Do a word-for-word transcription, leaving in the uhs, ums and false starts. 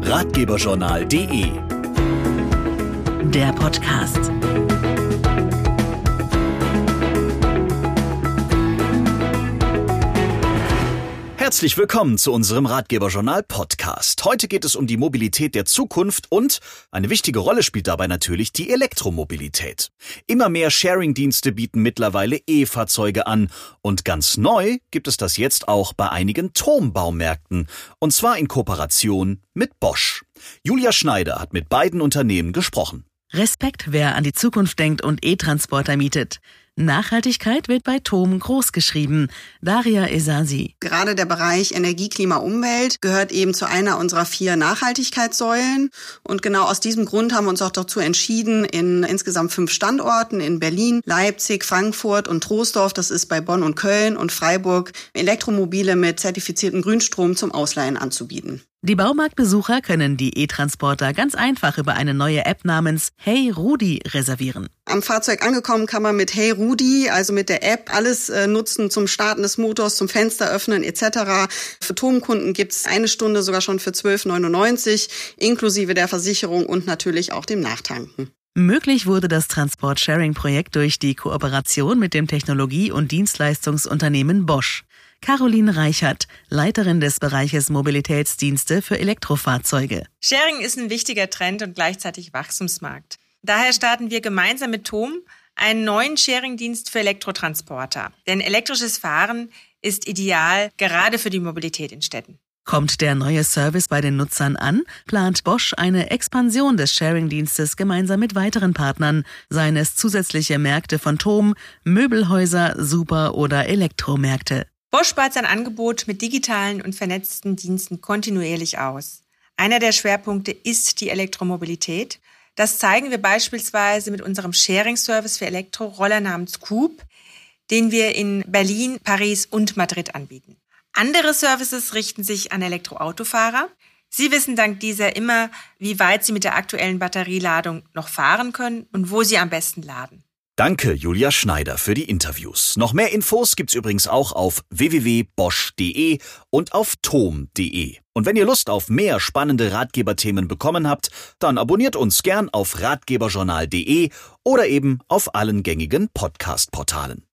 ratgeberjournal punkt de. Der Podcast. Herzlich willkommen zu unserem Ratgeberjournal-Podcast. Heute geht es um die Mobilität der Zukunft und eine wichtige Rolle spielt dabei natürlich die Elektromobilität. Immer mehr Sharing-Dienste bieten mittlerweile E-Fahrzeuge an und ganz neu gibt es das jetzt auch bei einigen T O M-Baumärkten und zwar in Kooperation mit Bosch. Julia Schneider hat mit beiden Unternehmen gesprochen. Respekt, wer an die Zukunft denkt und E-Transporter mietet. Nachhaltigkeit wird bei T O M großgeschrieben. Daria Esasi. Gerade der Bereich Energie, Klima, Umwelt gehört eben zu einer unserer vier Nachhaltigkeitssäulen. Und genau aus diesem Grund haben wir uns auch dazu entschieden, in insgesamt fünf Standorten in Berlin, Leipzig, Frankfurt und Troisdorf, das ist bei Bonn und Köln und Freiburg, Elektromobile mit zertifiziertem Grünstrom zum Ausleihen anzubieten. Die Baumarktbesucher können die E-Transporter ganz einfach über eine neue App namens Hey Rudi reservieren. Am Fahrzeug angekommen kann man mit Hey Rudi, also mit der App, alles äh, nutzen zum Starten des Motors, zum Fenster öffnen et cetera. Für T O M-Kunden gibt es eine Stunde sogar schon für zwölf neunundneunzig, inklusive der Versicherung und natürlich auch dem Nachtanken. Möglich wurde das Transport-Sharing-Projekt durch die Kooperation mit dem Technologie- und Dienstleistungsunternehmen Bosch. Caroline Reichert, Leiterin des Bereiches Mobilitätsdienste für Elektrofahrzeuge. Sharing ist ein wichtiger Trend und gleichzeitig Wachstumsmarkt. Daher starten wir gemeinsam mit T O M einen neuen Sharing-Dienst für Elektrotransporter. Denn elektrisches Fahren ist ideal, gerade für die Mobilität in Städten. Kommt der neue Service bei den Nutzern an, plant Bosch eine Expansion des Sharing-Dienstes gemeinsam mit weiteren Partnern, seien es zusätzliche Märkte von T O M, Möbelhäuser, Super- oder Elektromärkte. Bosch baut sein Angebot mit digitalen und vernetzten Diensten kontinuierlich aus. Einer der Schwerpunkte ist die Elektromobilität. Das zeigen wir beispielsweise mit unserem Sharing-Service für Elektroroller namens Coop, den wir in Berlin, Paris und Madrid anbieten. Andere Services richten sich an Elektroautofahrer. Sie wissen dank dieser immer, wie weit sie mit der aktuellen Batterieladung noch fahren können und wo sie am besten laden. Danke, Julia Schneider, für die Interviews. Noch mehr Infos gibt's übrigens auch auf w w w punkt bosch punkt de und auf t o m punkt de. Und wenn ihr Lust auf mehr spannende Ratgeberthemen bekommen habt, dann abonniert uns gern auf ratgeberjournal punkt de oder eben auf allen gängigen Podcast-Portalen.